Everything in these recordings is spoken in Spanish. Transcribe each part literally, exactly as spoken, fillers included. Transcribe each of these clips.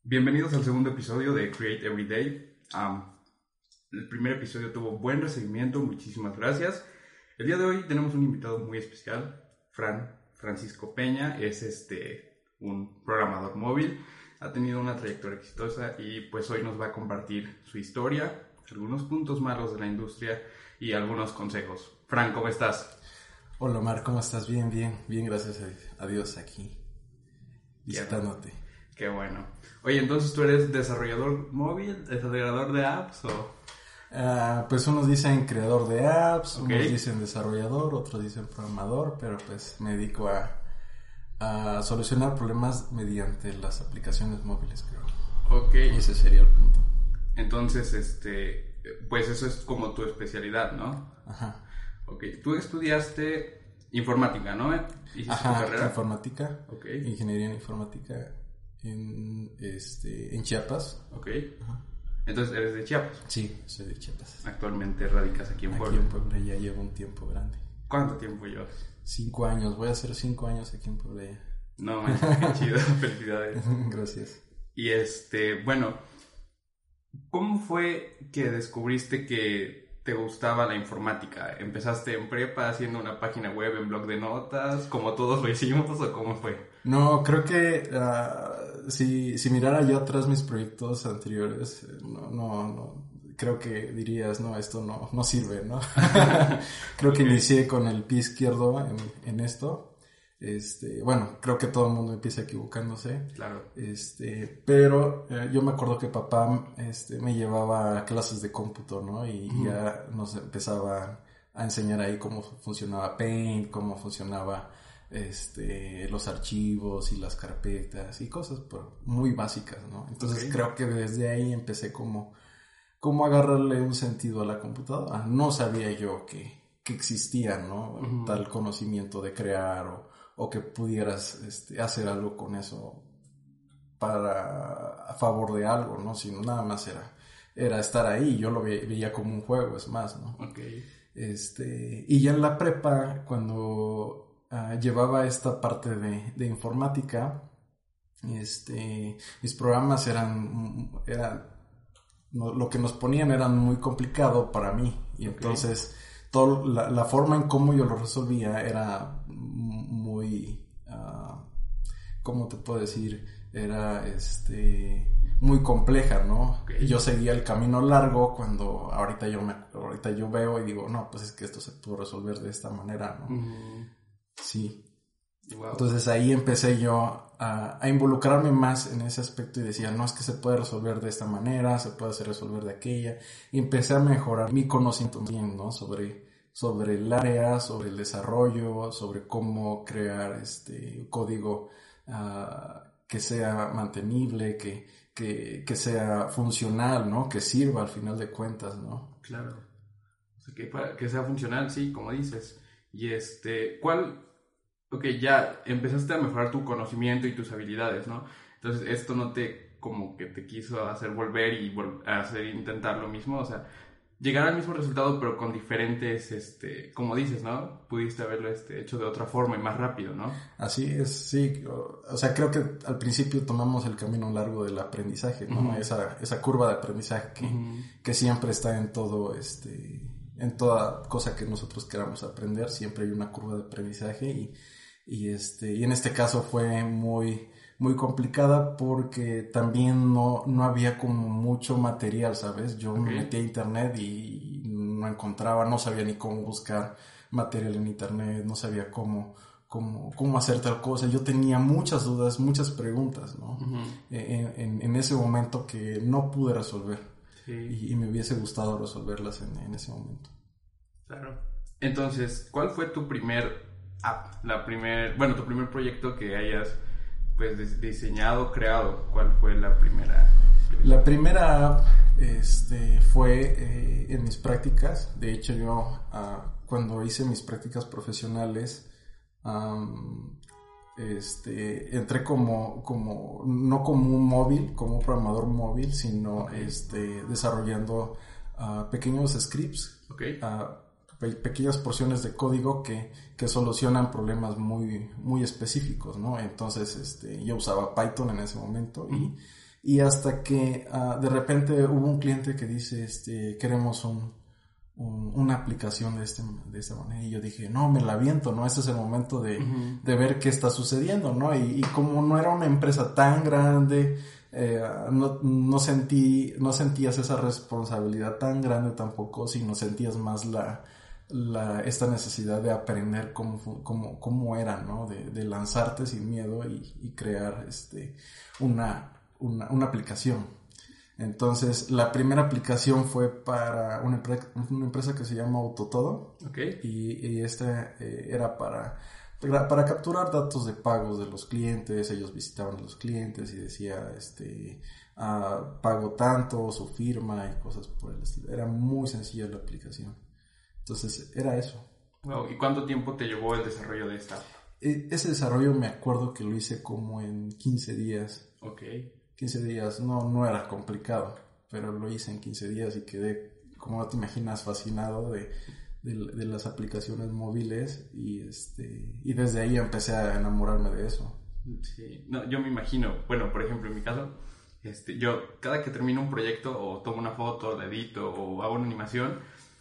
Bienvenidos al segundo episodio de Create Every Day. Um, el primer episodio tuvo buen recibimiento, muchísimas gracias. El día de hoy tenemos un invitado muy especial, Fran Francisco Peña. Es este un programador móvil, ha tenido una trayectoria exitosa y pues hoy nos va a compartir su historia, algunos puntos malos de la industria y algunos consejos. Fran, ¿cómo estás? Hola Omar, ¿cómo estás? Bien, bien, bien, gracias a Dios aquí, visitándote. Qué bueno. Oye, entonces tú eres desarrollador móvil, desarrollador de apps o... Uh, pues unos dicen creador de apps, okay. Unos dicen desarrollador, otros dicen programador, pero pues me dedico a, a solucionar problemas mediante las aplicaciones móviles, creo. Ok. Ese sería el punto. Entonces, este, pues eso es como tu especialidad, ¿no? Ajá. Ok, tú estudiaste informática, ¿no? ¿Hiciste Ajá, tu carrera? informática, okay. Ingeniería en informática en, este, en Chiapas. Ok. Ajá. Entonces, ¿eres de Chiapas? Sí, soy de Chiapas. Actualmente radicas aquí en aquí Puebla. Aquí en Puebla ya llevo un tiempo grande. ¿Cuánto tiempo llevas? Cinco años, voy a hacer cinco años aquí en Puebla ya. No, man, qué chido, felicidades. Gracias. Y este, bueno, ¿cómo fue que descubriste que te gustaba la informática? ¿Empezaste en prepa haciendo una página web en blog de notas, como todos lo hicimos, o cómo fue? No, creo que uh, si, si mirara yo atrás mis proyectos anteriores, no, no, no, creo que dirías, no, esto no, no sirve, ¿no? Creo que okay. Inicié con el pie izquierdo en, en esto. Este, bueno, creo que todo el mundo empieza equivocándose. Claro. Este, pero eh, yo me acuerdo que papá este, me llevaba a clases de cómputo, ¿no? Y uh-huh. ya nos empezaba a enseñar ahí cómo funcionaba Paint, cómo funcionaba este, los archivos y las carpetas y cosas por, muy básicas, ¿no? Entonces okay. creo que desde ahí empecé como, como a agarrarle un sentido a la computadora. No sabía yo que, que existía, ¿no? Uh-huh. Tal conocimiento de crear o o que pudieras este, hacer algo con eso para a favor de algo, ¿no? Sino nada más era, era estar ahí, yo lo ve, veía como un juego, es más, ¿no? Okay. Este, y ya en la prepa, cuando uh, llevaba esta parte de, de informática, este, mis programas eran, eran no, lo que nos ponían era muy complicado para mí, y okay. entonces toda la, la forma en cómo yo lo resolvía era muy, uh, ¿cómo te puedo decir? Era este muy compleja, ¿no? Okay. Yo seguía el camino largo cuando ahorita yo me ahorita yo veo y digo, no, pues es que esto se puede resolver de esta manera, ¿no? Uh-huh. Sí. Wow. Entonces ahí empecé yo a, a involucrarme más en ese aspecto y decía, no, es que se puede resolver de esta manera, se puede hacer resolver de aquella. Y empecé a mejorar mi conocimiento también, ¿no? Sobre, sobre el área, sobre el desarrollo, sobre cómo crear este código uh, que sea mantenible, que, que, que sea funcional, ¿no? Que sirva al final de cuentas, ¿no? Claro. O sea, que, que sea funcional, sí, como dices. Y este, ¿cuál... Ok, ya empezaste a mejorar tu conocimiento y tus habilidades, ¿no? Entonces, esto no te, como que te quiso hacer volver y vol- hacer intentar lo mismo, o sea, llegar al mismo resultado, pero con diferentes, este, como dices, ¿no? Pudiste haberlo este, hecho de otra forma y más rápido, ¿no? Así es, sí, o, o sea, creo que al principio tomamos el camino largo del aprendizaje, ¿no? Uh-huh. Esa, esa curva de aprendizaje que, uh-huh. que siempre está en todo, este, en toda cosa que nosotros queramos aprender, siempre hay una curva de aprendizaje y Y este, y en este caso fue muy, muy complicada porque también no, no había como mucho material, ¿sabes? Yo okay. me metí a internet y no encontraba, no sabía ni cómo buscar material en internet, no sabía cómo, cómo, cómo hacer tal cosa. Yo tenía muchas dudas, muchas preguntas, ¿no? Uh-huh. En, en, en ese momento que no pude resolver. Sí. Y, y me hubiese gustado resolverlas en, en ese momento. Claro. Entonces, ¿cuál fue tu primer app, la primer, bueno, tu primer proyecto que hayas pues diseñado, creado? ¿Cuál fue la primera? La primera app este, fue eh, en mis prácticas. De hecho, yo uh, cuando hice mis prácticas profesionales um, este, entré como, como, no como un móvil, como un programador móvil, sino okay. este, desarrollando uh, pequeños scripts. Okay. Uh, pequeñas porciones de código que, que solucionan problemas muy, muy específicos, ¿no? Entonces, este, yo usaba Python en ese momento y, Y hasta que uh, de repente hubo un cliente que dice, este, queremos un, un, una aplicación de, este, de esta manera. Y yo dije, no, me la aviento, ¿no? Ese es el momento de, uh-huh. de ver qué está sucediendo, ¿no? Y, y como no era una empresa tan grande, eh, no, no sentí, no sentías esa responsabilidad tan grande tampoco, sino sentías más la, la, esta necesidad de aprender cómo, cómo, cómo era, ¿no? De, de lanzarte sin miedo y, y crear, este, una, una, una aplicación. Entonces, la primera aplicación fue para una, empre- una empresa que se llama Autotodo. Okay. Y, y esta eh, era para, para, para capturar datos de pagos de los clientes. Ellos visitaban a los clientes y decía, este, ah, pago tanto, su firma y cosas por el estilo. Era muy sencilla la aplicación. Entonces, era eso. Wow. ¿Y cuánto tiempo te llevó el desarrollo de esta? E- ese desarrollo me acuerdo que lo hice como en quince días. Ok. quince días, no, no era complicado, pero lo hice en quince días y quedé, como te imaginas, fascinado de, de, de las aplicaciones móviles y este y desde ahí empecé a enamorarme de eso. Sí, no, yo me imagino, bueno, por ejemplo, en mi caso, este, yo cada que termino un proyecto o tomo una foto, la edito o hago una animación,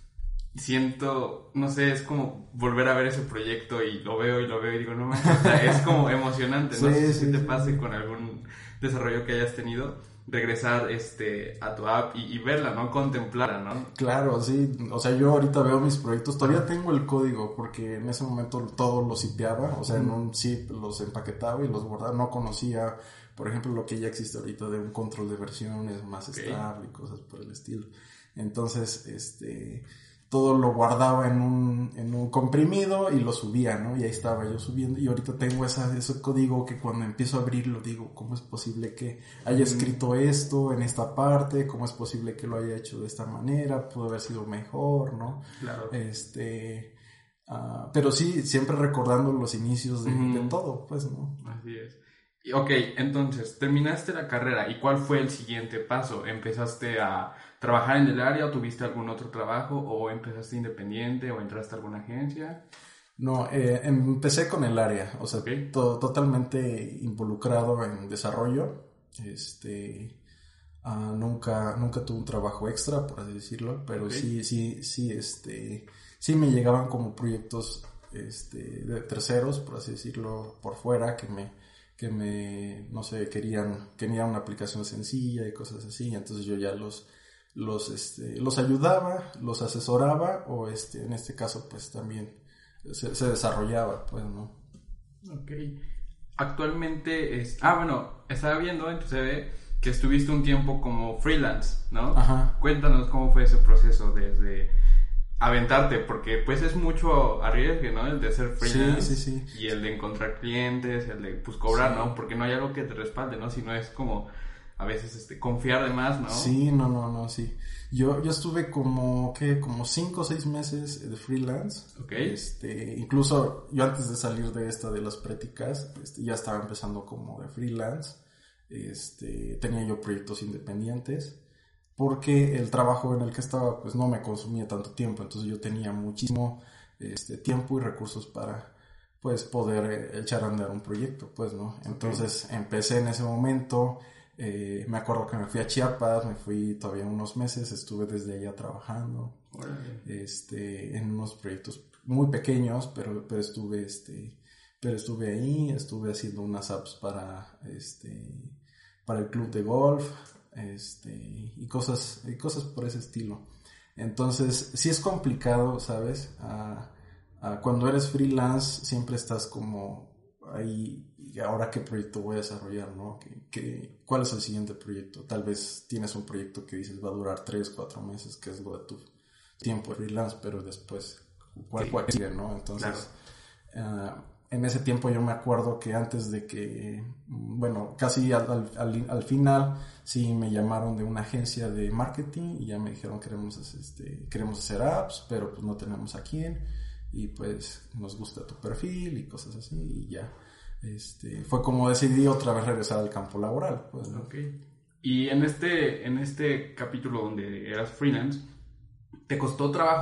siento, no sé, es como volver a ver ese proyecto y lo veo y lo veo y digo, no, o sea, es como emocionante, no sí, sé sí, si te sí. pase con algún desarrollo que hayas tenido, regresar este, a tu app y, y verla, ¿no? Contemplarla, ¿no? Claro, sí, o sea, yo ahorita veo mis proyectos, todavía tengo el código porque en ese momento todo lo zipeaba, o sea, en un zip los empaquetaba y los guardaba, no conocía, por ejemplo, lo que ya existe ahorita de un control de versiones más okay. estable y cosas por el estilo. Entonces, este... todo lo guardaba en un, en un comprimido y lo subía, ¿no? Y ahí estaba yo subiendo y ahorita tengo esa, ese código que cuando empiezo a abrirlo digo, ¿cómo es posible que haya escrito esto en esta parte? ¿Cómo es posible que lo haya hecho de esta manera? Pudo haber sido mejor, ¿no? Claro. Este, uh, pero sí, siempre recordando los inicios de, mm. de todo, pues, ¿no? Así es. Ok, entonces, terminaste la carrera y ¿cuál fue el siguiente paso? ¿Empezaste a trabajar en el área o tuviste algún otro trabajo o empezaste independiente o entraste a alguna agencia? No, eh, empecé con el área, o sea, okay. to- totalmente involucrado en desarrollo. Este, uh, nunca, nunca tuve un trabajo extra, por así decirlo, pero okay. sí, sí, sí, este, sí me llegaban como proyectos, este, de terceros, por así decirlo, por fuera que me que me, no sé, querían, querían una aplicación sencilla y cosas así, entonces yo ya los, los, este, los ayudaba, los asesoraba, o este, en este caso, pues también se, se desarrollaba, pues, ¿no? Ok. Actualmente es, ah, bueno, estaba viendo en tu C V que estuviste un tiempo como freelance, ¿no? Ajá. Cuéntanos cómo fue ese proceso desde aventarte, porque pues es mucho arriesgue, ¿no? El de ser freelance, sí, sí, sí. Y el de encontrar clientes, el de pues cobrar, sí. ¿no? Porque no hay algo que te respalde, ¿no? Sino es como a veces este confiar de más, ¿no? Sí, no, no, no, sí. Yo, yo estuve como, ¿qué? Como cinco o seis meses de freelance. Ok. Este, incluso yo antes de salir de esta de las prácticas, este, ya estaba empezando como de freelance. Este, tenía yo proyectos independientes. Porque el trabajo en el que estaba pues no me consumía tanto tiempo, entonces yo tenía muchísimo este, tiempo y recursos para pues poder eh, echar a andar un proyecto, pues, ¿no? Entonces okay. empecé en ese momento, eh, me acuerdo que me fui a Chiapas, me fui todavía unos meses, estuve desde allá trabajando, okay. este, en unos proyectos muy pequeños, pero, pero estuve, este, pero estuve ahí, estuve haciendo unas apps para, este, para el club de golf, este y cosas y cosas por ese estilo. Entonces sí es complicado, ¿sabes? A, a cuando eres freelance siempre estás como ahí, y ahora qué proyecto voy a desarrollar, ¿no? ¿Qué, qué, ¿Cuál es el siguiente proyecto? Tal vez tienes un proyecto que dices va a durar tres, cuatro meses, que es lo de tu tiempo de freelance, pero después ¿cuál, cuál sigue, ¿no? Entonces claro. uh, en ese tiempo yo me acuerdo que antes de que, bueno, casi al, al, al final sí me llamaron de una agencia de marketing y ya me dijeron queremos, este, queremos hacer apps, pero pues no tenemos a quién y pues nos gusta tu perfil y cosas así y ya. Este, fue como decidí otra vez regresar al campo laboral. Pues, ¿no? Okay. Y en este, en este capítulo donde eras freelance, ¿te costó trabajo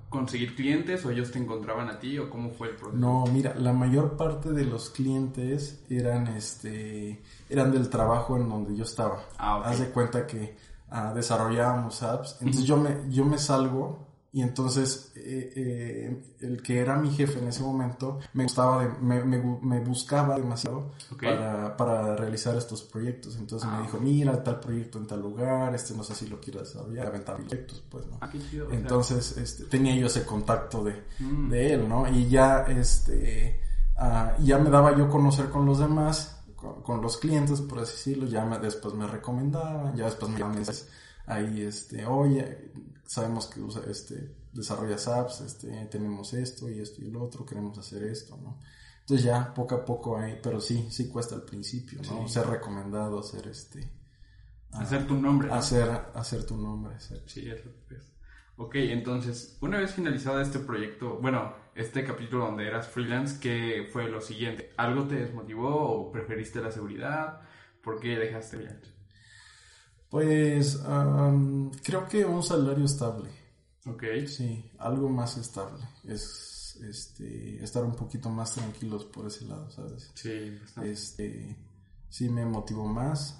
conseguir clientes o ellos te encontraban a ti o cómo fue el proceso? No, mira, la mayor parte de los clientes eran este eran del trabajo en donde yo estaba. Ah, okay. Haz de cuenta que uh, desarrollábamos apps, entonces yo me yo me salgo y entonces eh, eh, el que era mi jefe en ese momento me gustaba de, me, me, me buscaba demasiado okay. para, para realizar estos proyectos. Entonces ah, me dijo, mira, tal proyecto en tal lugar, este no sé si lo quiero desarrollar, aventar proyectos, pues, ¿no? Ah, qué chido, entonces, o sea. este, tenía yo ese contacto de, mm. de él, ¿no? Y ya, este, uh, ya me daba yo a conocer con los demás, con, con los clientes, por así decirlo, ya me, después me recomendaban, ya después me llamaban ahí, este, oye, sabemos que usa, este, desarrollas apps, este, tenemos esto y esto y lo otro, queremos hacer esto, ¿no? Entonces ya poco a poco ahí, pero sí, sí cuesta al principio, ¿no? Sí. Ser recomendado, hacer este... Hacer tu nombre. ¿no? Hacer, hacer tu nombre, hacer. Sí, es lo que es. Ok, entonces, una vez finalizado este proyecto, bueno, este capítulo donde eras freelance, ¿qué fue lo siguiente? ¿Algo te desmotivó o preferiste la seguridad? ¿Por qué dejaste freelance? Pues um, creo que un salario estable. Ok. Sí, algo más estable. Es este estar un poquito más tranquilos por ese lado, ¿sabes? Sí, bastante. Este, sí me motivó más.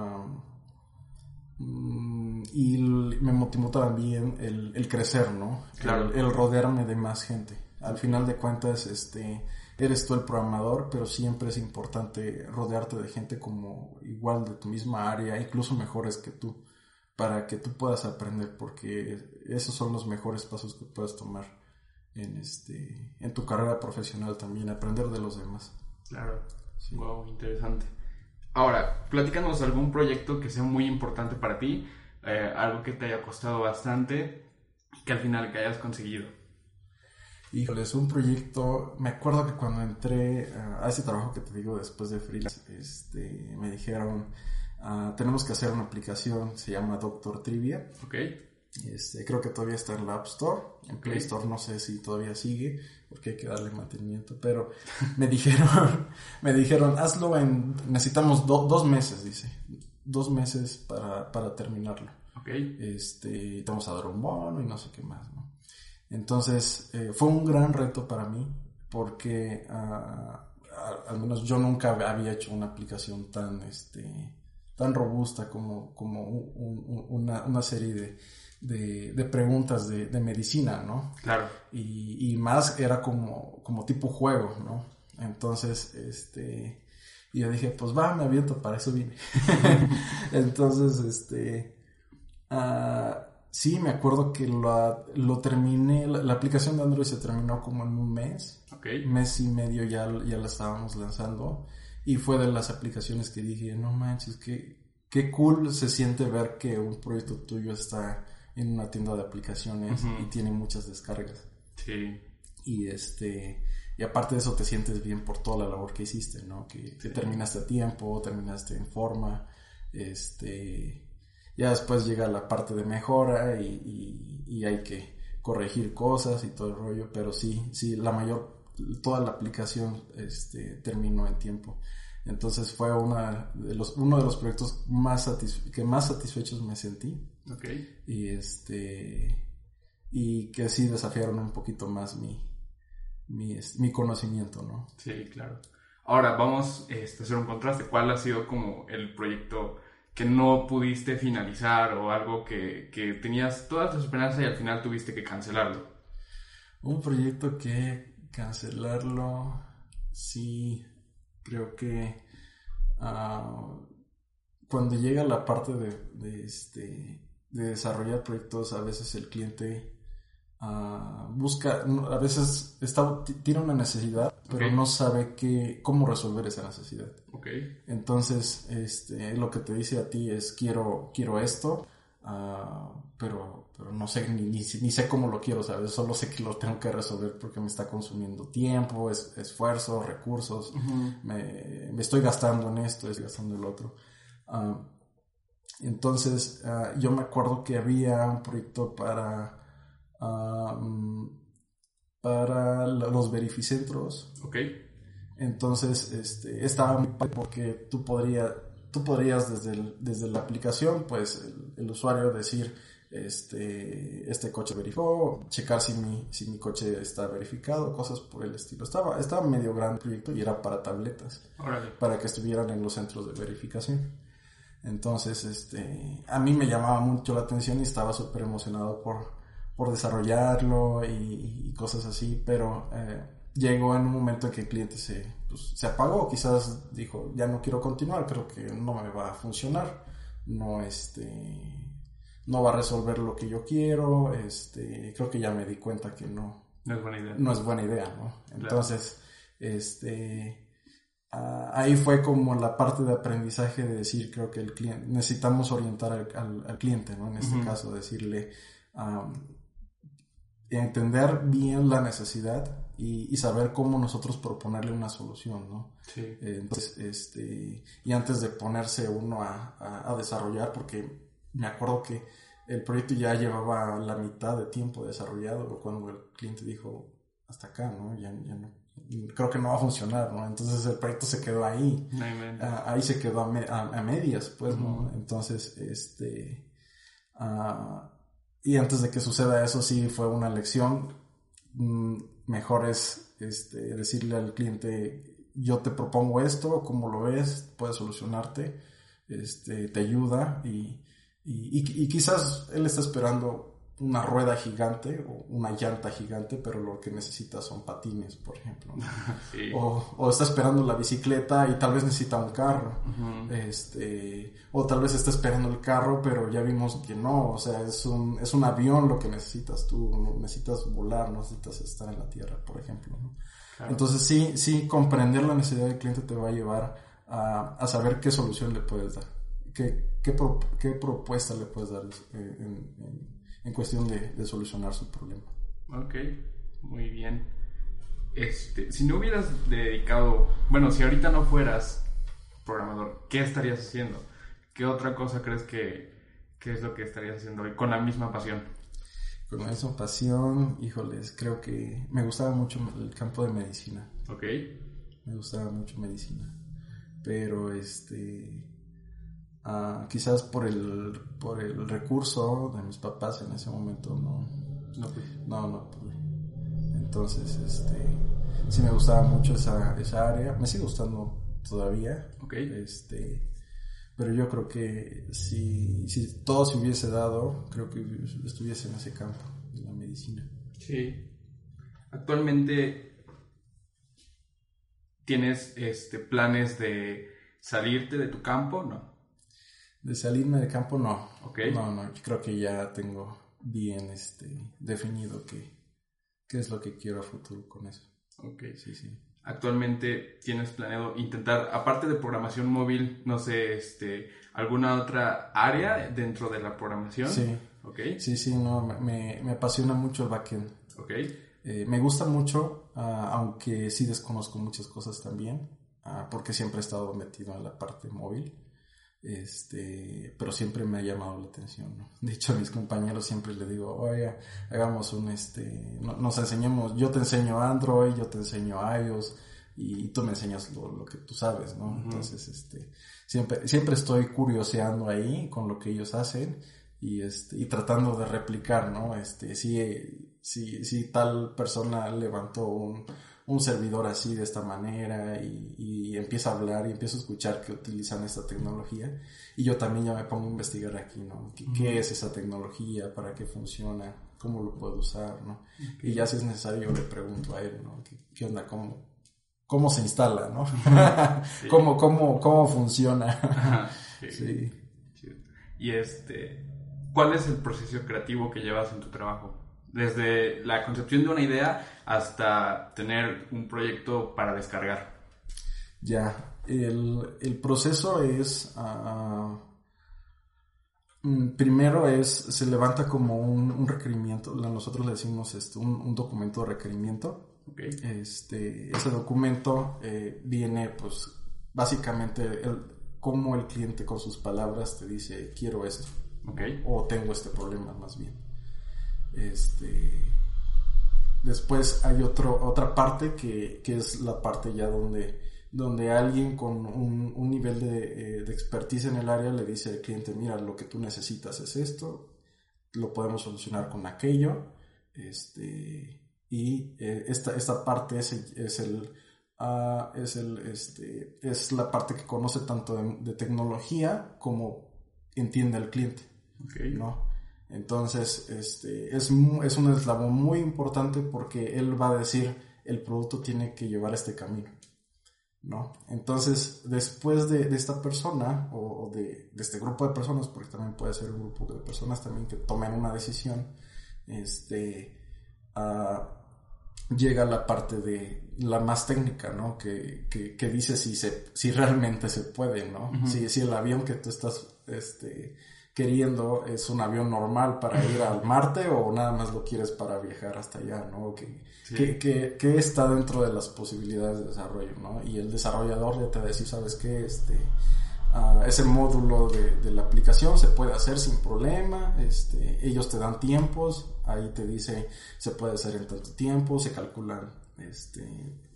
Um, y el, me motivó también el, el crecer, ¿no? Claro. El, el rodearme de más gente. Al final de cuentas, este... eres tú el programador, pero siempre es importante rodearte de gente como igual de tu misma área, incluso mejores que tú, para que tú puedas aprender, porque esos son los mejores pasos que puedes tomar en este en tu carrera profesional también, aprender de los demás. Claro. Sí. Wow, interesante. Ahora, platícanos algún proyecto que sea muy importante para ti, eh, algo que te haya costado bastante, que al final que hayas conseguido. Híjole, es un proyecto, me acuerdo que cuando entré uh, a ese trabajo que te digo después de freelance, este, me dijeron, uh, tenemos que hacer una aplicación, se llama Doctor Trivia. Ok. Este, creo que todavía está en la App Store, en okay. Play Store no sé si todavía sigue, porque hay que darle mantenimiento, pero me dijeron, me dijeron, hazlo en, necesitamos do, dos meses, dice, dos meses para, para terminarlo. Ok. Este, te vamos a dar un bono y no sé qué más, ¿no? Entonces eh, fue un gran reto para mí porque uh, al menos yo nunca había hecho una aplicación tan este tan robusta como, como un, un, una, una serie de, de, de preguntas de, de medicina, ¿no? Claro. Y, y más era como, como tipo juego, ¿no? Entonces, este, y yo dije, pues va, me aviento, para eso vine. Entonces, este... Uh, sí, me acuerdo que lo, lo terminé, la, la aplicación de Android se terminó como en un mes, okay. mes y medio ya, ya la estábamos lanzando y fue de las aplicaciones que dije, no manches, qué, qué cool se siente ver que un proyecto tuyo está en una tienda de aplicaciones uh-huh. y tiene muchas descargas. Sí. Y este, y aparte de eso te sientes bien por toda la labor que hiciste, ¿no? Que, sí. que terminaste a tiempo, terminaste en forma, este... Ya después llega la parte de mejora y, y, y hay que corregir cosas y todo el rollo, pero sí, sí, la mayor, toda la aplicación este, terminó en tiempo. Entonces fue una de los, uno de los proyectos más satisfe- que más satisfechos me sentí. Okay. Y este y que sí desafiaron un poquito más mi, mi, mi conocimiento, ¿no? Sí, claro. Ahora vamos este, a hacer un contraste. ¿Cuál ha sido como el proyecto que no pudiste finalizar o algo que, que tenías todas tus esperanzas y al final tuviste que cancelarlo? Un proyecto que cancelarlo, sí, creo que uh, cuando llega la parte de, de, este, de desarrollar proyectos, a veces el cliente uh, busca, a veces está, tiene una necesidad, pero okay. no sabe qué, cómo resolver esa necesidad. Okay. Entonces, este, lo que te dice a ti es quiero, quiero esto, uh, pero, pero no sé ni, ni, ni sé cómo lo quiero, ¿sabes? Solo sé que lo tengo que resolver porque me está consumiendo tiempo, es, esfuerzo, recursos, uh-huh. me, me estoy gastando en esto, estoy gastando en lo otro. Uh, entonces, uh, yo me acuerdo que había un proyecto para uh, para los verificentros. Okay. Entonces, este, estaba muy padre porque tú podrías, tú podrías desde, el, desde la aplicación, pues, el, el usuario decir, este, este coche verificó, checar si mi, si mi coche está verificado, cosas por el estilo. Estaba, estaba medio grande el proyecto y era para tabletas, Órale. para que estuvieran en los centros de verificación. Entonces, este, a mí me llamaba mucho la atención y estaba súper emocionado por, por desarrollarlo y, y cosas así, pero eh, llegó en un momento en que el cliente se, pues, se apagó, quizás dijo, ya no quiero continuar, creo que no me va a funcionar, no, este... no va a resolver lo que yo quiero, este, creo que ya me di cuenta que no, no es buena idea, no es buena idea, ¿no? Entonces, claro. este, uh, ahí fue como la parte de aprendizaje de decir, creo que el cliente, necesitamos orientar al, al, al cliente, ¿no? En este uh-huh. caso, decirle, um, entender bien la necesidad y, y saber cómo nosotros proponerle una solución, ¿no? Sí. Eh, entonces, este, y antes de ponerse uno a, a, a desarrollar, porque me acuerdo que el proyecto ya llevaba la mitad de tiempo desarrollado cuando el cliente dijo, hasta acá, ¿no? Ya, ya no, creo que no va a funcionar, ¿no? Entonces el proyecto se quedó ahí. Uh, ahí se quedó a, me, a, a medias, pues, ¿no? Uh-huh. Entonces, este... Uh, y antes de que suceda eso, sí fue una lección. Mm, mejor es este, decirle al cliente, yo te propongo esto, ¿cómo lo ves? Puedes solucionarte, este, te ayuda y... Y, y, y quizás él está esperando una rueda gigante o una llanta gigante, pero lo que necesita son patines, por ejemplo. Sí. O, o está esperando la bicicleta y tal vez necesita un carro. Uh-huh. Este, o tal vez está esperando el carro, pero ya vimos que no. O sea, es un, es un avión lo que necesitas tú. No necesitas volar, no necesitas estar en la tierra, por ejemplo, ¿no? Claro. Entonces sí, sí, comprender la necesidad del cliente te va a llevar a, a saber qué solución le puedes dar. ¿Qué, qué, pro, qué propuesta le puedes dar eh, en, en, en cuestión de, de solucionar su problema? Ok, muy bien. Este, si no hubieras dedicado, bueno, si ahorita no fueras programador, ¿qué estarías haciendo? ¿Qué otra cosa crees que, que es lo que estarías haciendo hoy con la misma pasión? Con la misma pasión, híjoles, creo que me gustaba mucho el campo de medicina. Ok. Me gustaba mucho medicina, pero este... Uh, quizás por el por el recurso de mis papás en ese momento no no pude. no, no pude. Entonces este sí me gustaba mucho esa, esa área, me sigue gustando todavía, okay. este pero yo creo que si, si todo se hubiese dado, creo que estuviese en ese campo de la medicina. Sí. Actualmente tienes este planes de salirte de tu campo, ¿no? De salirme de campo, no. Okay. No, no, creo que ya tengo bien este, definido qué, qué es lo que quiero a futuro con eso. Ok. Sí, sí. Actualmente tienes planeado intentar, aparte de programación móvil, no sé, este, alguna otra área dentro de la programación. Sí. Okay. Sí, sí, no, me, me apasiona mucho el backend. Ok. Eh, me gusta mucho, uh, aunque sí desconozco muchas cosas también, uh, porque siempre he estado metido en la parte móvil. Este, pero siempre me ha llamado la atención, ¿no? De hecho a mis compañeros siempre les digo, oiga, hagamos un, este, no, nos enseñemos, yo te enseño Android, yo te enseño iOS y tú me enseñas lo, lo que tú sabes, ¿no? Uh-huh. Entonces, este, siempre, siempre estoy curioseando ahí con lo que ellos hacen y este, y tratando de replicar, ¿no? Este, si, si, si tal persona levantó un un servidor así de esta manera y, y empieza a hablar y empiezo a escuchar que utilizan esta tecnología y yo también ya me pongo a investigar aquí, ¿no? ¿Qué, uh-huh. ¿Qué es esa tecnología? ¿Para qué funciona? ¿Cómo lo puedo usar? ¿No? Okay. Y ya si es necesario yo le pregunto a él, ¿no? ¿Qué, qué onda? ¿Cómo, cómo se instala? ¿No? Sí. ¿Cómo, cómo, ¿Cómo funciona? Sí. Sí. Sí. Y este, ¿cuál es el proceso creativo que llevas en tu trabajo? Desde la concepción de una idea hasta tener un proyecto para descargar. Ya, el, el proceso es, uh, primero es, se levanta como un, un requerimiento, nosotros le decimos esto, un, un documento de requerimiento. Okay. Este, ese documento eh, viene pues básicamente el, cómo el cliente con sus palabras te dice quiero esto, okay. o tengo este problema más bien. Este, después hay otro, otra parte que, que es la parte ya donde, donde alguien con un, un nivel de, eh, de expertise en el área le dice al cliente, mira, lo que tú necesitas es esto, lo podemos solucionar con aquello, este, y eh, esta, esta parte es, es el... Uh, es, el, este, es la parte que conoce tanto de, de tecnología como entiende al cliente, okay. ¿no? Entonces este, es, es un eslabón muy importante porque él va a decir el producto tiene que llevar este camino, ¿no? Entonces después de, de esta persona o de, de este grupo de personas, porque también puede ser un grupo de personas también que tomen una decisión, este uh, llega la parte de la más técnica, ¿no? Que, que, que dice si se, si realmente se puede, ¿no? Uh-huh. Si, si el avión que tú estás, este, queriendo es un avión normal para ir al Marte o nada más lo quieres para viajar hasta allá, ¿no? Que, sí. que, que, que está dentro de las posibilidades de desarrollo, ¿no? Y el desarrollador ya te va a decir, ¿sabes qué? Este, uh, ese módulo de, de la aplicación se puede hacer sin problema, este, ellos te dan tiempos, ahí te dice se puede hacer en tanto tiempo, se calculan este,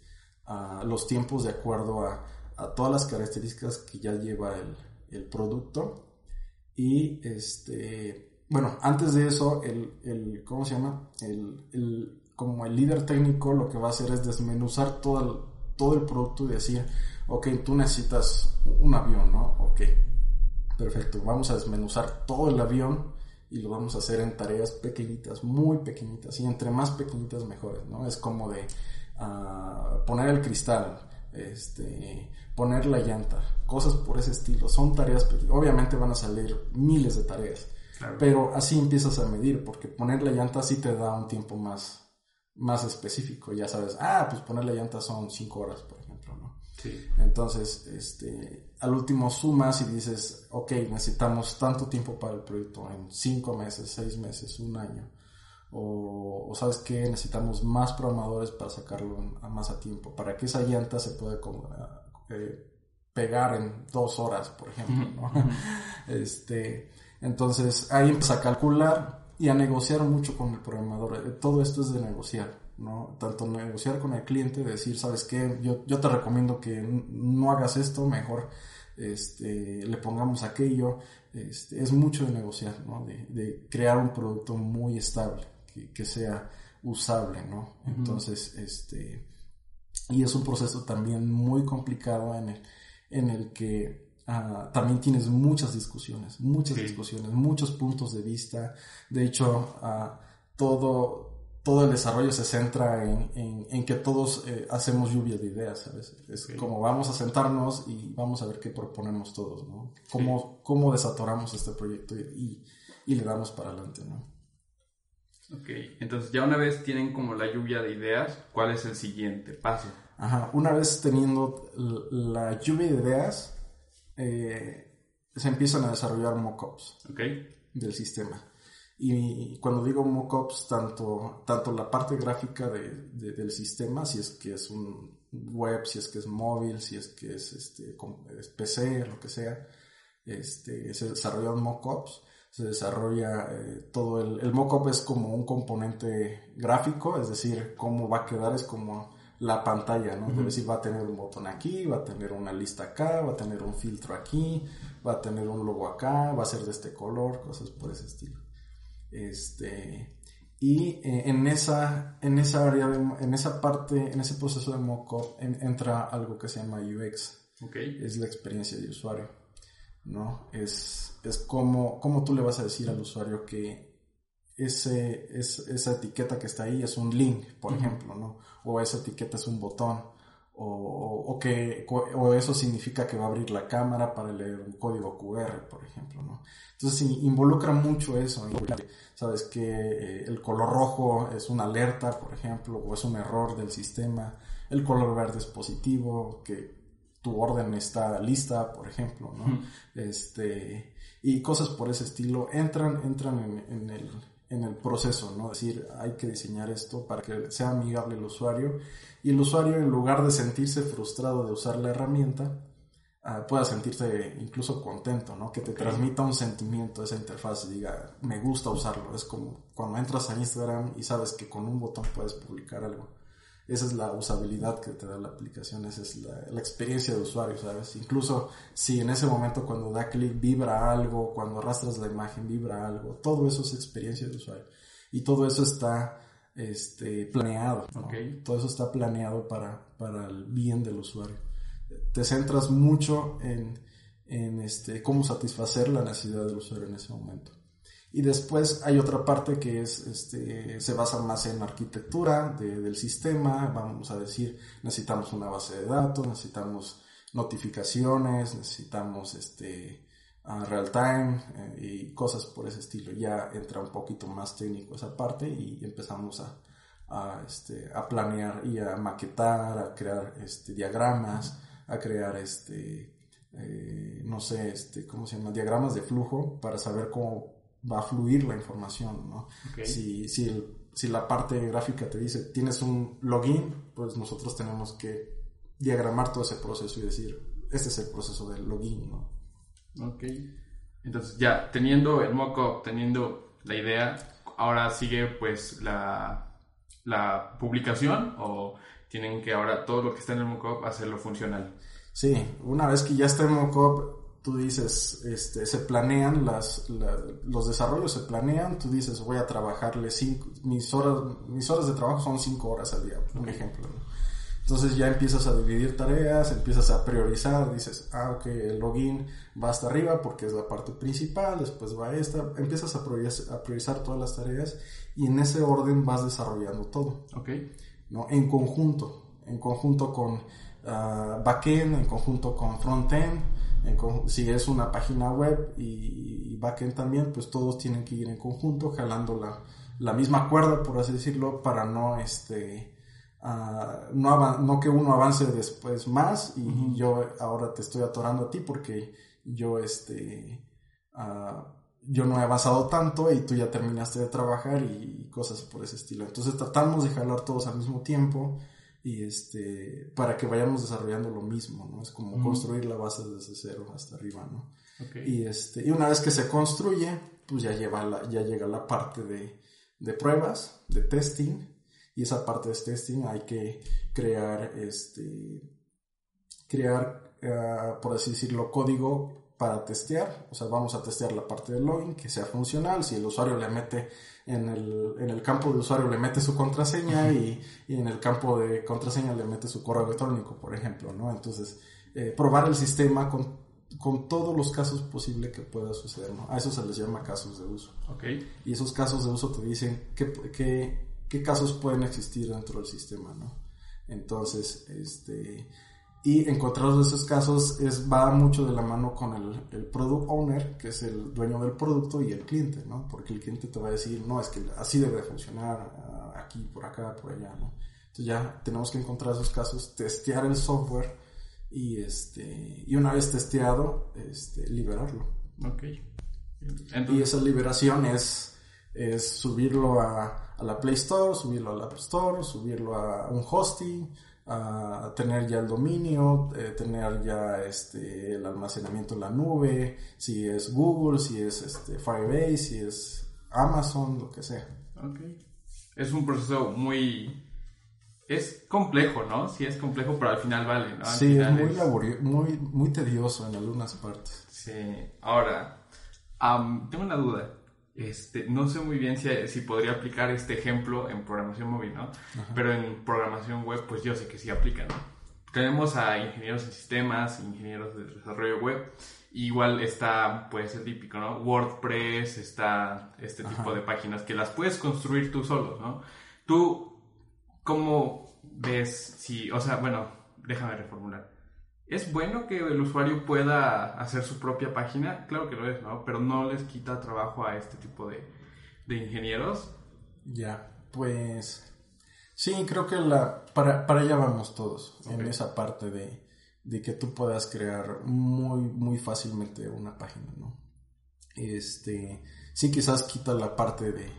uh, los tiempos de acuerdo a, a todas las características que ya lleva el, el producto. Y este, bueno, antes de eso, el, el ¿cómo se llama? El, el, como el líder técnico lo que va a hacer es desmenuzar todo el, todo el producto y decir, ok, tú necesitas un avión, ¿no? Ok, perfecto, vamos a desmenuzar todo el avión y lo vamos a hacer en tareas pequeñitas, muy pequeñitas, y entre más pequeñitas mejores, ¿no? Es como de uh, poner el cristal, este, poner la llanta, cosas por ese estilo, son tareas pequeñas. Obviamente van a salir miles de tareas, claro. Pero así empiezas a medir, porque poner la llanta sí te da un tiempo más, más específico, ya sabes, ah, pues poner la llanta son cinco horas, por ejemplo, ¿no? Sí. Entonces, este, al último sumas y dices, ok, necesitamos tanto tiempo para el proyecto, en cinco meses, seis meses, un año, o, o sabes que necesitamos más programadores para sacarlo a más a tiempo, para que esa llanta se pueda como, eh, pegar en dos horas, por ejemplo, ¿no? Uh-huh. Este, entonces ahí empiezas a calcular y a negociar mucho con el programador. Todo esto es de negociar, ¿no? Tanto negociar con el cliente, decir, ¿sabes qué? Yo, yo te recomiendo que no hagas esto, mejor este, le pongamos aquello. Este, es mucho de negociar, ¿no? De, de crear un producto muy estable, que, que sea usable, ¿no? Uh-huh. Entonces, este, y es un proceso también muy complicado en el, en el que Uh, también tienes muchas discusiones, muchas sí. discusiones, muchos puntos de vista. De hecho, uh, todo, todo el desarrollo se centra en, en, en que todos eh, hacemos lluvia de ideas, ¿sabes? Es sí. como vamos a sentarnos y vamos a ver qué proponemos todos, ¿no? Cómo, sí. cómo desatoramos este proyecto y, y, y le damos para adelante, ¿no? Ok, entonces ya una vez tienen como la lluvia de ideas, ¿cuál es el siguiente paso? Ajá, una vez teniendo la lluvia de ideas, Eh, se empiezan a desarrollar mockups okay. del sistema. Y cuando digo mockups, tanto, tanto la parte gráfica de, de, del sistema, si es que es un web, si es que es móvil, si es que es, este, es P C, lo que sea, este, se desarrollan mockups, se desarrolla eh, todo el, el mockup es como un componente gráfico, es decir, cómo va a quedar es como la pantalla, ¿no? Uh-huh. Es decir, va a tener un botón aquí, va a tener una lista acá, va a tener un filtro aquí, va a tener un logo acá, va a ser de este color, cosas por ese estilo. Este, y eh, en esa, en esa área, de, en esa parte, en ese proceso de mockup en, entra algo que se llama U X. Okay. Es la experiencia de usuario, ¿no? Es, es como, como tú le vas a decir al usuario que Ese, es, esa etiqueta que está ahí es un link, por uh-huh. ejemplo, ¿no? O esa etiqueta es un botón, o, o, o que o eso significa que va a abrir la cámara para leer un código Q R, por ejemplo, ¿no? Entonces involucra mucho eso, ¿no? Sabes que eh, el color rojo es una alerta, por ejemplo, o es un error del sistema, el color verde es positivo, que tu orden está lista, por ejemplo, ¿no? Uh-huh. Este, y cosas por ese estilo entran, entran en, en el en el proceso, ¿no? Es decir, hay que diseñar esto para que sea amigable el usuario y el usuario, en lugar de sentirse frustrado de usar la herramienta, uh, pueda sentirse incluso contento, ¿no? Que te okay. transmita un sentimiento esa interfaz y diga, me gusta usarlo. Es como cuando entras a Instagram y sabes que con un botón puedes publicar algo. esa es la usabilidad que te da la aplicación, esa es la, la experiencia de usuario, ¿sabes? Incluso si en ese momento cuando da clic vibra algo, cuando arrastras la imagen vibra algo, todo eso es experiencia de usuario. Y todo eso está este, planeado, ¿no? Okay. Todo eso está planeado para, para el bien del usuario. Te centras mucho en, en este, cómo satisfacer la necesidad del usuario en ese momento. Y después hay otra parte que es, este, se basa más en arquitectura de, del sistema. Vamos a decir, necesitamos una base de datos, necesitamos notificaciones, necesitamos este, uh, real time eh, y cosas por ese estilo. Ya entra un poquito más técnico esa parte y empezamos a, a, este, a planear y a maquetar, a crear este, diagramas, a crear este, eh, no sé, este, ¿cómo se llama? Diagramas de flujo para saber cómo va a fluir la información, ¿no? Okay. Si, si, el, si la parte gráfica te dice tienes un login, pues nosotros tenemos que diagramar todo ese proceso y decir, este es el proceso del login, ¿no? Ok. Entonces ya, teniendo el mock-up, teniendo la idea, ahora sigue pues la, la publicación, o tienen que ahora todo lo que está en el mock-up hacerlo funcional. Sí, una vez que ya está en mock-up, tú dices, este, se planean las, la, los desarrollos se planean, tú dices, voy a trabajarle cinco, mis horas, mis horas de trabajo son cinco horas al día, un ejemplo, ¿no? Entonces ya empiezas a dividir tareas, empiezas a priorizar, dices, ah, ok, el login va hasta arriba porque es la parte principal, después va esta, empiezas a priorizar, a priorizar todas las tareas y en ese orden vas desarrollando todo, ok, ¿no? En conjunto, en conjunto con uh, backend, en conjunto con frontend. En, si es una página web y, y backend también, pues todos tienen que ir en conjunto jalando la, la misma cuerda, por así decirlo, para no este uh, no, av- no que uno avance después más y uh-huh. yo ahora te estoy atorando a ti porque yo este uh, yo no he avanzado tanto y tú ya terminaste de trabajar y cosas por ese estilo. Entonces tratamos de jalar todos al mismo tiempo y este para que vayamos desarrollando lo mismo, ¿no? Es como mm. construir la base desde cero hasta arriba, ¿no? Okay. Y este y una vez que se construye, pues ya lleva la, ya llega la parte de, de pruebas, de testing, y esa parte de testing hay que crear este crear uh, por así decirlo código para testear. O sea, vamos a testear la parte del login, que sea funcional. Si el usuario le mete en el, en el campo de usuario le mete su contraseña y, y en el campo de contraseña le mete su correo electrónico, por ejemplo, ¿no? Entonces, eh, probar el sistema con, con todos los casos posibles que pueda suceder, ¿no? A eso se les llama casos de uso. Okay. Y esos casos de uso te dicen qué, qué, qué casos pueden existir dentro del sistema, ¿no? Entonces, este... y encontrar esos casos es, va mucho de la mano con el, el product owner, que es el dueño del producto, y el cliente, ¿no? Porque el cliente te va a decir, no, es que así debe funcionar, aquí, por acá, por allá, ¿no? Entonces ya tenemos que encontrar esos casos, testear el software y, este, y una vez testeado, este, liberarlo. Ok. Entonces, y esa liberación es, es subirlo a, a la Play Store, subirlo a la App Store, subirlo a un hosting, a tener ya el dominio, eh, tener ya este el almacenamiento en la nube, si es Google, si es este Firebase, si es Amazon, lo que sea. Okay. Es un proceso muy es complejo, ¿no? Sí es complejo, pero al final vale, ¿no? Al sí, final es muy es... laborioso, muy muy tedioso en algunas partes. Sí. Ahora, um, tengo una duda. Este, no sé muy bien si, si podría aplicar este ejemplo en programación móvil, ¿no? Ajá. Pero en programación web, pues yo sé que sí aplica, ¿no? Tenemos a ingenieros en sistemas, ingenieros de desarrollo web. Igual está, pues, el típico, ¿no? WordPress, está este tipo Ajá. de páginas que las puedes construir tú solo, ¿no? Tú, ¿cómo ves si, o sea, bueno, déjame reformular. ¿Es bueno que el usuario pueda hacer su propia página? Claro que lo es, ¿no? Pero no les quita trabajo a este tipo de, de ingenieros. Ya, pues sí, creo que la para, para allá vamos todos, okay. En esa parte de, de que tú puedas crear muy, muy fácilmente una página, ¿no? Este, sí, quizás quita la parte de,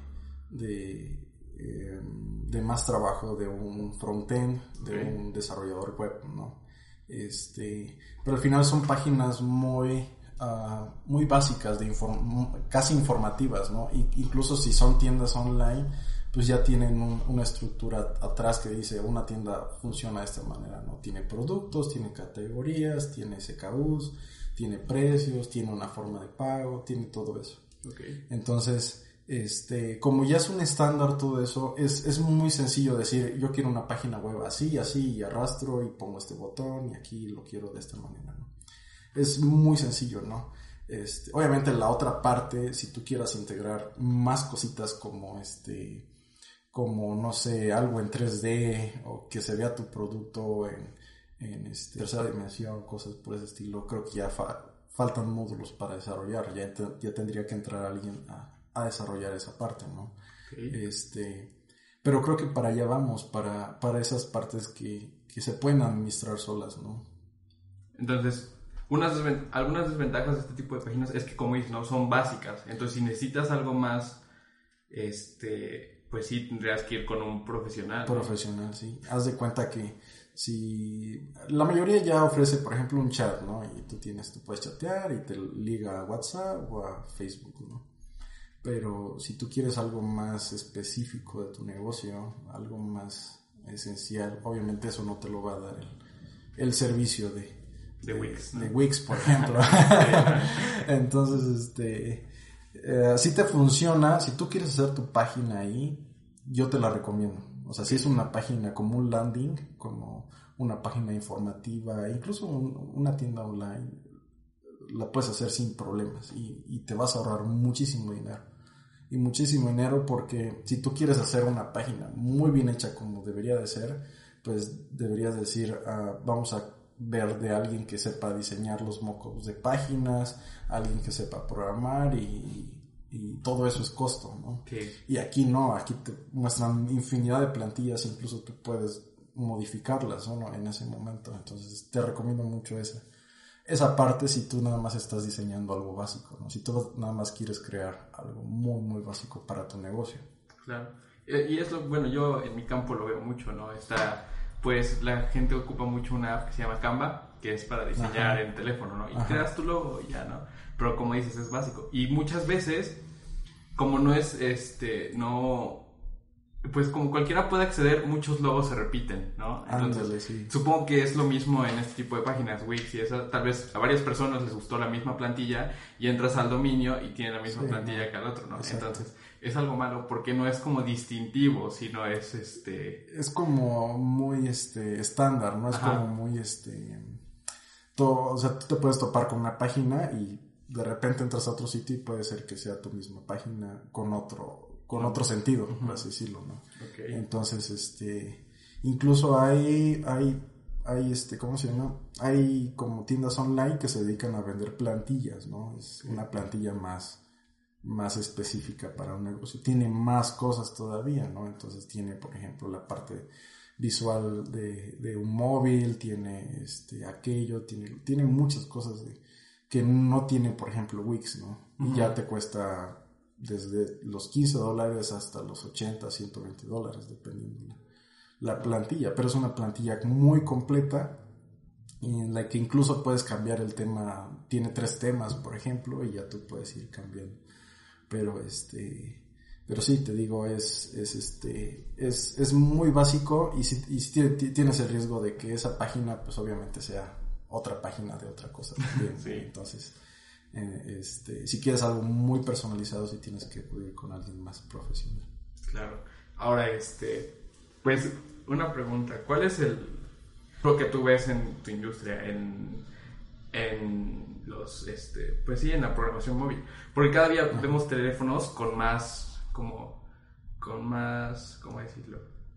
de, eh, de más trabajo de un frontend, de okay. un desarrollador web, ¿no? Este, pero al final son páginas muy uh, muy básicas de inform- casi informativas, ¿no? Y, incluso si son tiendas online, pues ya tienen un, una estructura atrás que dice una tienda funciona de esta manera, ¿no? Tiene productos, tiene categorías, tiene S K Us, tiene precios, tiene una forma de pago, tiene todo eso. Okay. Entonces, este, como ya es un estándar todo eso, es, es muy sencillo decir, yo quiero una página web así, así, y arrastro y pongo este botón y aquí lo quiero de esta manera, ¿no? Es muy sencillo, ¿no? Este, obviamente la otra parte, si tú quieras integrar más cositas como este, como no sé, algo en tres D o que se vea tu producto en, en este, tercera dimensión, cosas por ese estilo, creo que ya fa- faltan módulos para desarrollar, ya, te, ya tendría que entrar alguien a, a desarrollar esa parte, ¿no? Okay. Este, pero creo que para allá vamos, para, para esas partes que, que se pueden administrar solas, ¿no? Entonces, unas desven- algunas desventajas de este tipo de páginas es que, como dices, no son básicas. Entonces, si necesitas algo más, este, pues sí tendrías que ir con un profesional. Profesional, ¿no? Sí. Haz de cuenta que si la mayoría ya ofrece, por ejemplo, un chat, ¿no? Y tú tienes, tú puedes chatear y te liga a WhatsApp o a Facebook, ¿no? Pero si tú quieres algo más específico de tu negocio, algo más esencial, obviamente eso no te lo va a dar el, el servicio de de Wix, ¿no? De Wix, por ejemplo. Entonces, este, eh, si te funciona, si tú quieres hacer tu página ahí, yo te la recomiendo. O sea, si es una página como un landing, como una página informativa, incluso un, una tienda online, la puedes hacer sin problemas y, y te vas a ahorrar muchísimo dinero. Y muchísimo dinero porque si tú quieres hacer una página muy bien hecha como debería de ser, pues deberías decir, uh, vamos a ver de alguien que sepa diseñar los mockups de páginas, alguien que sepa programar y, y todo eso es costo, ¿no? Okay. Y aquí no, aquí te muestran infinidad de plantillas, incluso tú puedes modificarlas, ¿no? En ese momento. Entonces te recomiendo mucho esa, esa parte si tú nada más estás diseñando algo básico, ¿no? Si tú nada más quieres crear algo muy, muy básico para tu negocio. Claro. Y eso, bueno, yo en mi campo lo veo mucho, ¿no? Está... pues la gente ocupa mucho una app que se llama Canva, que es para diseñar Ajá. en teléfono, ¿no? Y Ajá. creas tu logo y ya, ¿no? Pero como dices, es básico. Y muchas veces, como no es, este, no... pues como cualquiera puede acceder, muchos logos se repiten, ¿no? Entonces, Ándale, sí. Supongo que es lo mismo en este tipo de páginas, Wix y eso. Tal vez a varias personas les gustó la misma plantilla y entras al dominio y tiene la misma sí, plantilla no. que al otro, ¿no? Exacto. Entonces... es algo malo porque no es como distintivo, sino es este... es como muy este estándar, ¿no? Es Ajá. como muy este... todo, o sea, tú te puedes topar con una página y de repente entras a otro sitio y puede ser que sea tu misma página con otro, con otro sentido, uh-huh. por así decirlo, ¿no? Okay. Entonces, este... incluso hay... hay hay este, ¿cómo se llama? Hay como tiendas online que se dedican a vender plantillas, ¿no? Es okay. una plantilla más... más específica para un negocio, tiene más cosas todavía, ¿no? Entonces tiene, por ejemplo, la parte visual de, de un móvil, tiene este aquello, tiene, tiene muchas cosas de, que no tiene, por ejemplo, Wix, ¿no? Uh-huh. Y ya te cuesta desde los quince dólares hasta los ochenta, ciento veinte dólares, dependiendo la, la plantilla, pero es una plantilla muy completa en la que incluso puedes cambiar el tema, tiene tres temas, por ejemplo, y ya tú puedes ir cambiando. Pero este, pero sí, te digo, es, es este, es, es muy básico y si, y si tienes el riesgo de que esa página, pues obviamente sea otra página de otra cosa también. Sí. Entonces, eh, este, si quieres algo muy personalizado, sí tienes que acudir con alguien más profesional. Claro. Ahora, este, pues, una pregunta, ¿cuál es el, lo que tú ves en tu industria, en, en los, este, pues sí, en la programación móvil? Porque cada día uh-huh. vemos teléfonos con más, como, con más, ¿cómo decirlo?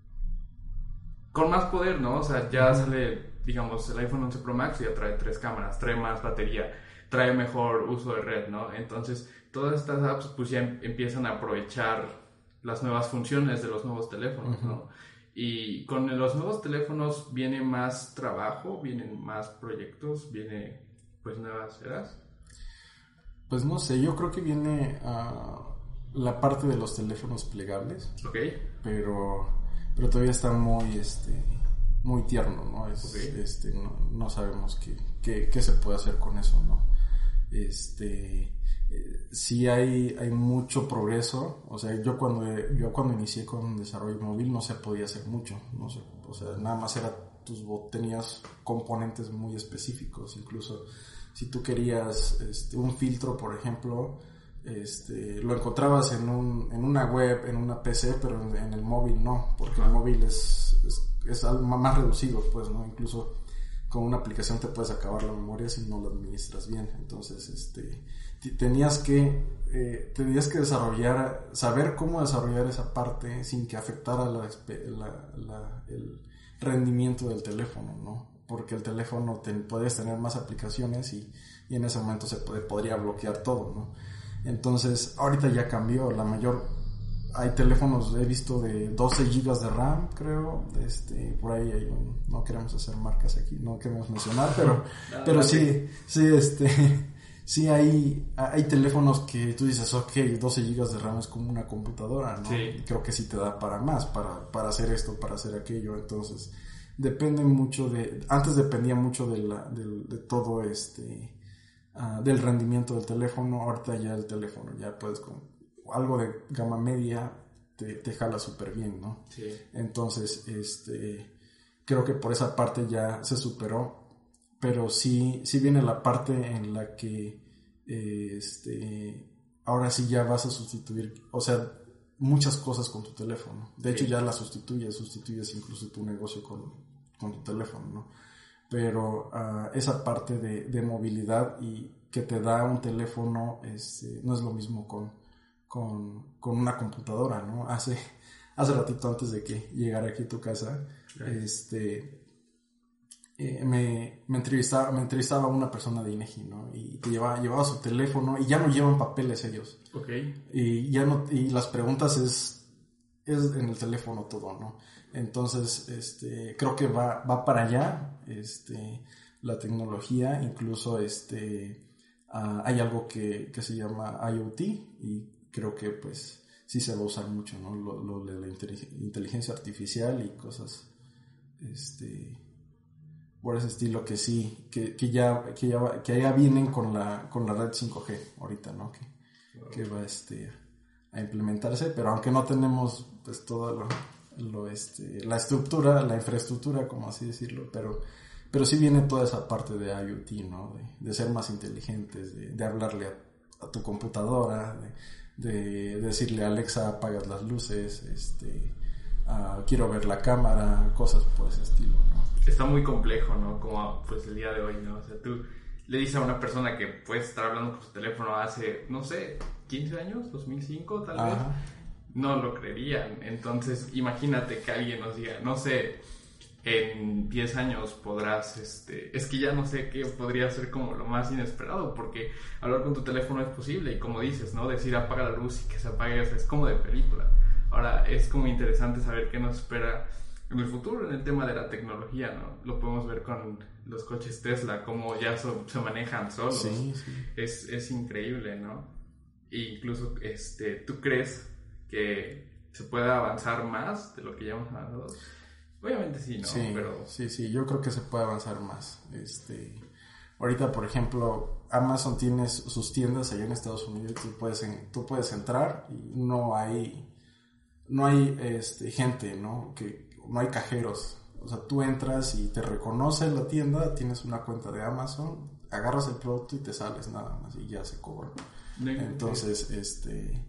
Con más poder, ¿no? O sea, ya uh-huh. sale, digamos, el iPhone once Pro Max y ya trae tres cámaras, trae más batería, trae mejor uso de red, ¿no? Entonces, todas estas apps, pues ya em- empiezan a aprovechar las nuevas funciones de los nuevos teléfonos, uh-huh. ¿no? Y con los nuevos teléfonos viene más trabajo, vienen más proyectos, viene, pues, nuevas eras. Pues no sé, yo creo que viene uh, la parte de los teléfonos plegables. Ok. Pero, pero todavía está muy, este, muy tierno, ¿no? Es, okay. este, no, no sabemos qué, qué, qué se puede hacer con eso, ¿no? Este, eh, sí hay, hay mucho progreso. O sea, yo cuando, yo cuando inicié con desarrollo móvil no se podía hacer mucho. No sé, o sea, nada más era tus tenías componentes muy específicos. Incluso si tú querías este, un filtro, por ejemplo, este, lo encontrabas en, un, en una web, en una P C, pero en, en el móvil no, porque el móvil es, es, es algo más reducido, pues, ¿no? Incluso con una aplicación te puedes acabar la memoria si no la administras bien. Entonces, este, t- tenías que eh, tenías que desarrollar, saber cómo desarrollar esa parte sin que afectara la, la, la, el rendimiento del teléfono, ¿no? Porque el teléfono te, puedes tener más aplicaciones y, y en ese momento se puede, podría bloquear todo, ¿no? Entonces, ahorita ya cambió, la mayor, hay teléfonos, he visto de doce gigas de RAM, creo, este, por ahí hay un, no queremos hacer marcas aquí, no queremos mencionar, pero, no, pero sí, sí, este, sí hay, hay teléfonos que tú dices, ok, doce gigas de RAM es como una computadora, ¿no? Sí. Creo que sí te da para más, para, para hacer esto, para hacer aquello, entonces, depende mucho de, antes dependía mucho de la, de, de todo este, uh, del rendimiento del teléfono, ahorita ya el teléfono, ya puedes con algo de gama media te, te jala súper bien, ¿no? Sí. Entonces, este, creo que por esa parte ya se superó, pero sí, sí viene la parte en la que, eh, este, ahora sí ya vas a sustituir, o sea, muchas cosas con tu teléfono. De hecho, sí. Ya la sustituyes, sustituyes incluso tu negocio con, con tu teléfono, ¿no? Pero uh, esa parte de, de movilidad y que te da un teléfono, este, no es lo mismo con Con, con una computadora, ¿no? Hace, hace ratito antes de que llegara aquí a tu casa, okay. este, eh, me, me, entrevistaba, me entrevistaba una persona de INEGI, ¿no? Y te llevaba, llevaba su teléfono y ya no llevan papeles ellos. Okay. Y, ya no, y las preguntas es, es en el teléfono todo, ¿no? Entonces, este, creo que va, va para allá, este, la tecnología, incluso, este, uh, hay algo que, que se llama I O T y creo que pues sí se va a usar mucho, ¿no? Lo, lo de la inteligencia artificial y cosas este por ese estilo que sí, que, que ya, que ya que ya vienen con la, con la red cinco G ahorita, ¿no? Que, wow. que va este a implementarse, pero aunque no tenemos pues todo lo, lo este, la estructura, la infraestructura, como así decirlo, pero pero sí viene toda esa parte de I O T, ¿no? De, de ser más inteligentes, de, de hablarle a, a tu computadora, de de decirle a Alexa apagas las luces, este, uh, quiero ver la cámara, cosas por ese estilo, ¿no? Está muy complejo, ¿no? Como pues el día de hoy, ¿no? O sea, tú le dices a una persona que puede estar hablando por su teléfono hace, no sé, quince años, dos mil cinco tal vez, Ajá. no lo creerían. Entonces, imagínate que alguien nos diga, no sé, en diez años podrás, este, es que ya no sé qué podría ser como lo más inesperado, porque hablar con tu teléfono es posible y como dices, ¿no? Decir apaga la luz y que se apague, o sea, es como de película. Ahora, es como interesante saber qué nos espera en el futuro en el tema de la tecnología, ¿no? Lo podemos ver con los coches Tesla, cómo ya so, se manejan solos. Sí, sí. Es, es increíble, ¿no? E incluso, este, ¿tú crees que se pueda avanzar más de lo que ya hemos avanzado? Obviamente sí, ¿no? Sí, pero... sí, sí, yo creo que se puede avanzar más. Este, ahorita, por ejemplo, Amazon tiene sus tiendas allá en Estados Unidos, tú puedes, tú puedes entrar y no hay, no hay este, gente, ¿no? Que, no hay cajeros. O sea, tú entras y te reconoce la tienda, tienes una cuenta de Amazon, agarras el producto y te sales nada más y ya se cobra. Entonces, este...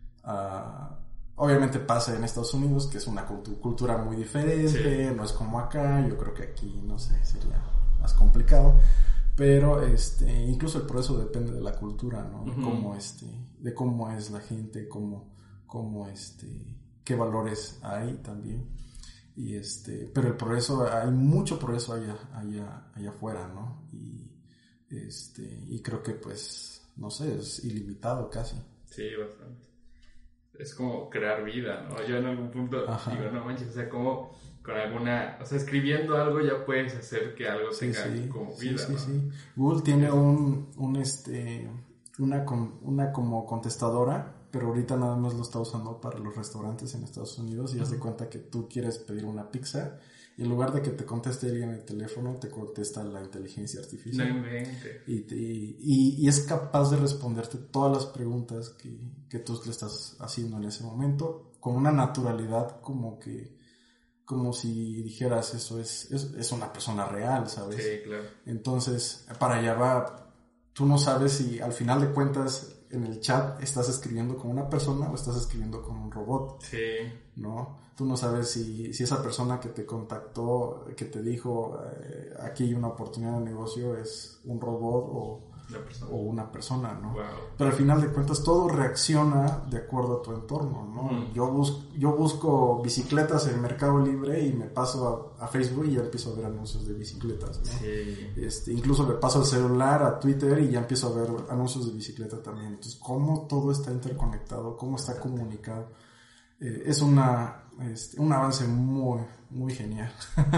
Uh, obviamente pasa en Estados Unidos, que es una cultura muy diferente, sí. No es como acá, yo creo que aquí, no sé, sería más complicado, pero este, incluso el progreso depende de la cultura, ¿no? Uh-huh. De cómo, este, de cómo es la gente, cómo, cómo, este, qué valores hay también, y este, pero el progreso, hay mucho progreso allá, allá, allá afuera, ¿no? Y, este, y creo que pues, no sé, es ilimitado casi. Sí, bastante. Es como crear vida, ¿no? Yo en algún punto Ajá. digo, no manches, o sea, como con alguna, o sea, escribiendo algo ya puedes hacer que algo sí, tenga sí, como sí, vida, sí, ¿no? Sí. Google tiene un, un este, una, una como contestadora, pero ahorita nada más lo está usando para los restaurantes en Estados Unidos y uh-huh. haz de cuenta que tú quieres pedir una pizza Y en lugar de que te conteste alguien en el teléfono, te contesta la inteligencia artificial. No inventes. Y, te, y, y es capaz de responderte todas las preguntas que, que tú le estás haciendo en ese momento con una naturalidad como que como si dijeras eso es, es, es una persona real, ¿sabes? Sí, claro. Entonces, para allá va, tú no sabes si al final de cuentas en el chat estás escribiendo con una persona o estás escribiendo con un robot. Sí. ¿No? Tú no sabes si, si esa persona que te contactó, que te dijo eh, aquí hay una oportunidad de negocio es un robot o, o una persona, ¿no? Wow. Pero al final de cuentas todo reacciona de acuerdo a tu entorno, ¿no? Mm. Yo, bus, yo busco bicicletas en Mercado Libre y me paso a, a Facebook y ya empiezo a ver anuncios de bicicletas, ¿no? Sí. Este, incluso le paso el celular a Twitter y ya empiezo a ver anuncios de bicicleta también. Entonces, ¿cómo todo está interconectado? ¿Cómo está comunicado? Eh, es una, este, un avance muy, muy genial.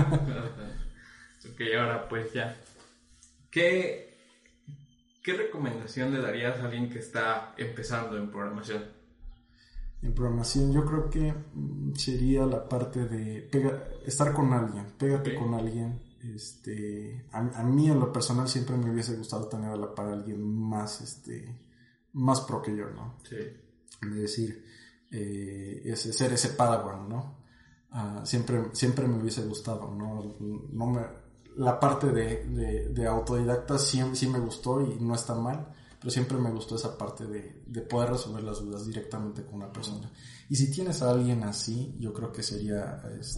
Ok, ahora pues ya. ¿Qué... ¿Qué recomendación le darías a alguien que está empezando en programación? En programación yo creo que sería la parte de pega, estar con alguien, pégate okay. con alguien. Este, a, a mí en lo personal siempre me hubiese gustado tener a la par a alguien más, este, más pro que yo, ¿no? Sí. Es decir, eh, ese, ser ese padawan, ¿no? Uh, siempre, siempre me hubiese gustado, ¿no? No me... La parte de, de, de autodidacta sí, sí me gustó y no está mal, pero siempre me gustó esa parte de, de poder resolver las dudas directamente con una persona. Y si tienes a alguien así, yo creo que sería este,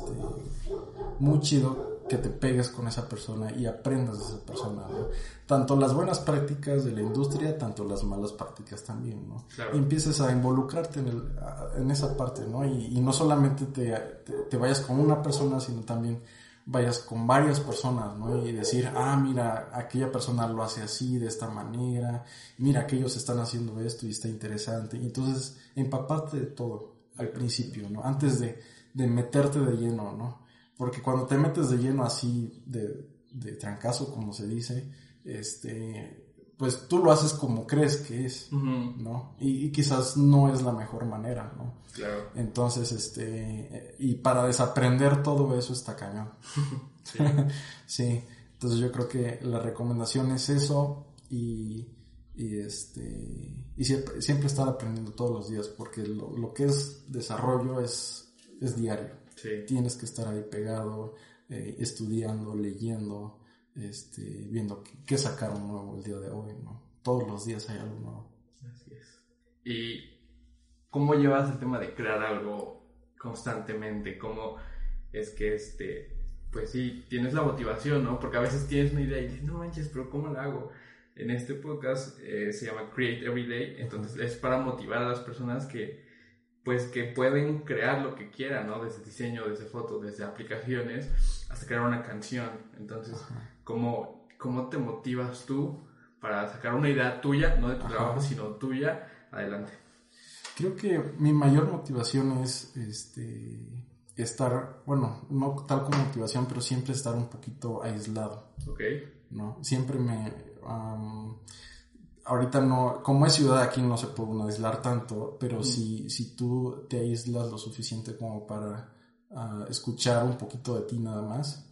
muy chido que te pegues con esa persona y aprendas de esa persona, ¿no? Tanto las buenas prácticas de la industria, tanto las malas prácticas también, ¿no? Claro. Y empieces a involucrarte en, el, en esa parte, ¿no? Y, y no solamente te, te, te vayas con una persona, sino también vayas con varias personas, ¿no? Y decir, ah, mira, aquella persona lo hace así, de esta manera, mira, aquellos están haciendo esto y está interesante. Y entonces, empaparte de todo al principio, ¿no? Antes de, de meterte de lleno, ¿no? Porque cuando te metes de lleno así, de, de trancazo, como se dice, este... pues tú lo haces como crees que es, uh-huh. ¿no? Y, y quizás no es la mejor manera, ¿no? Claro. Entonces, este, y para desaprender todo eso está cañón. Sí. Sí. Entonces yo creo que la recomendación es eso y, y este, y siempre, siempre estar aprendiendo todos los días, porque lo, lo que es desarrollo es, es diario. Sí. Tienes que estar ahí pegado, eh, estudiando, leyendo, este, viendo qué, qué sacaron nuevo el día de hoy, ¿no? Todos los días hay algo nuevo. Así es. ¿Y cómo llevas el tema de crear algo constantemente? ¿Cómo es que, este, pues sí, tienes la motivación, ¿no? Porque a veces tienes una idea y dices, no manches, pero ¿cómo la hago? En este podcast eh, se llama Create Every Day, entonces es para motivar a las personas que, pues, que pueden crear lo que quieran, ¿no? Desde diseño, desde fotos, desde aplicaciones, hasta crear una canción. Entonces, ¿cómo, cómo te motivas tú para sacar una idea tuya, no de tu Ajá. trabajo, sino tuya, adelante? Creo que mi mayor motivación es este, estar, bueno, no tal como motivación, pero siempre estar un poquito aislado. Ok. ¿No? Siempre me... Um, ahorita no, como es ciudad aquí no se puede uno aislar tanto, pero mm. si, si tú te aíslas lo suficiente como para uh, escuchar un poquito de ti nada más,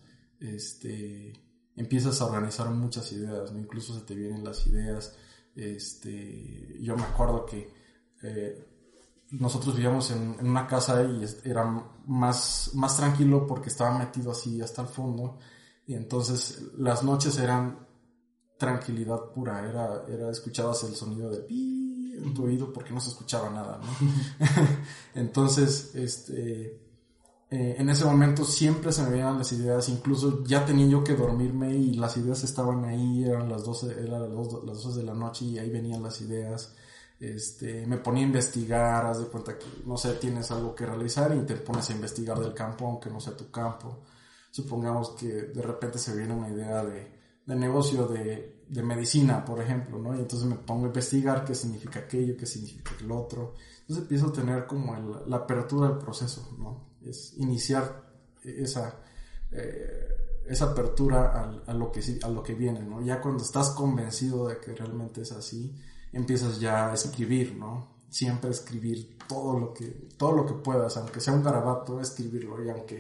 este, empiezas a organizar muchas ideas, ¿no? Incluso se te vienen las ideas. Este, yo me acuerdo que eh, nosotros vivíamos en, en una casa y era más, más tranquilo porque estaba metido así hasta el fondo, y entonces las noches eran tranquilidad pura, era, era escuchabas el sonido de pi en tu oído porque no se escuchaba nada, ¿no? Entonces, este, eh, en ese momento siempre se me venían las ideas, incluso ya tenía yo que dormirme y las ideas estaban ahí, eran las doce, eran las doce de la noche y ahí venían las ideas. Este, me ponía a investigar, haz de cuenta que, no sé, tienes algo que realizar y te pones a investigar del campo, aunque no sea tu campo. Supongamos que de repente se viene una idea de, de negocio de, de medicina, por ejemplo, ¿no? Y entonces me pongo a investigar qué significa aquello, qué significa el otro. Entonces empiezo a tener como el, la apertura del proceso, ¿no? Es iniciar esa, eh, esa apertura a, a, lo que, a lo que viene, ¿no? Ya cuando estás convencido de que realmente es así, empiezas ya a escribir, ¿no? Siempre escribir todo lo que, todo lo que puedas, aunque sea un garabato, escribirlo, y aunque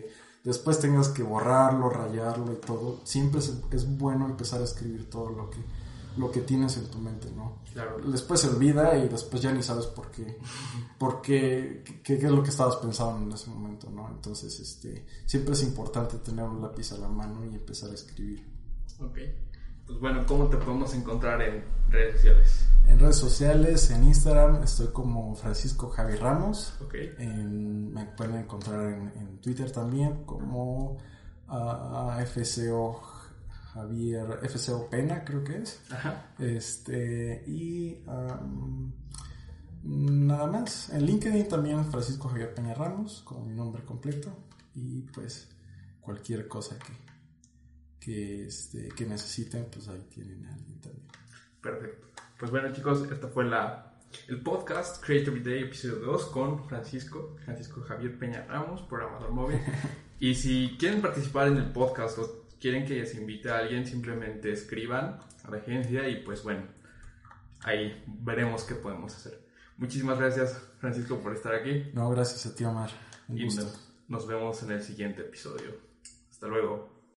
después tengas que borrarlo, rayarlo y todo, siempre es, es bueno empezar a escribir todo lo que, lo que tienes en tu mente, ¿no? Claro. Después se olvida y después ya ni sabes por qué, por qué, qué, qué es lo que estabas pensando en ese momento, ¿no? Entonces, este, siempre es importante tener un lápiz a la mano y empezar a escribir. Ok. Pues bueno, ¿cómo te podemos encontrar en redes sociales? En redes sociales, en Instagram, estoy como Francisco Javier Ramos. Okay. En, me pueden encontrar en, en Twitter también como uh, F C O Javier, F C O Pena creo que es. Ajá. Este, y um, nada más. En LinkedIn también Francisco Javier Peña Ramos, como mi nombre completo. Y pues cualquier cosa que, que, este, que necesiten, pues ahí tienen a alguien también. Perfecto. Pues bueno, chicos, este fue la, el podcast Create Every Day, episodio dos, con Francisco, Francisco Javier Peña Ramos, programador móvil. Y si quieren participar en el podcast o quieren que se invite a alguien, simplemente escriban a la agencia y pues bueno, ahí veremos qué podemos hacer. Muchísimas gracias, Francisco, por estar aquí. No, gracias a ti, Omar. Un y gusto. Nos, nos vemos en el siguiente episodio. Hasta luego.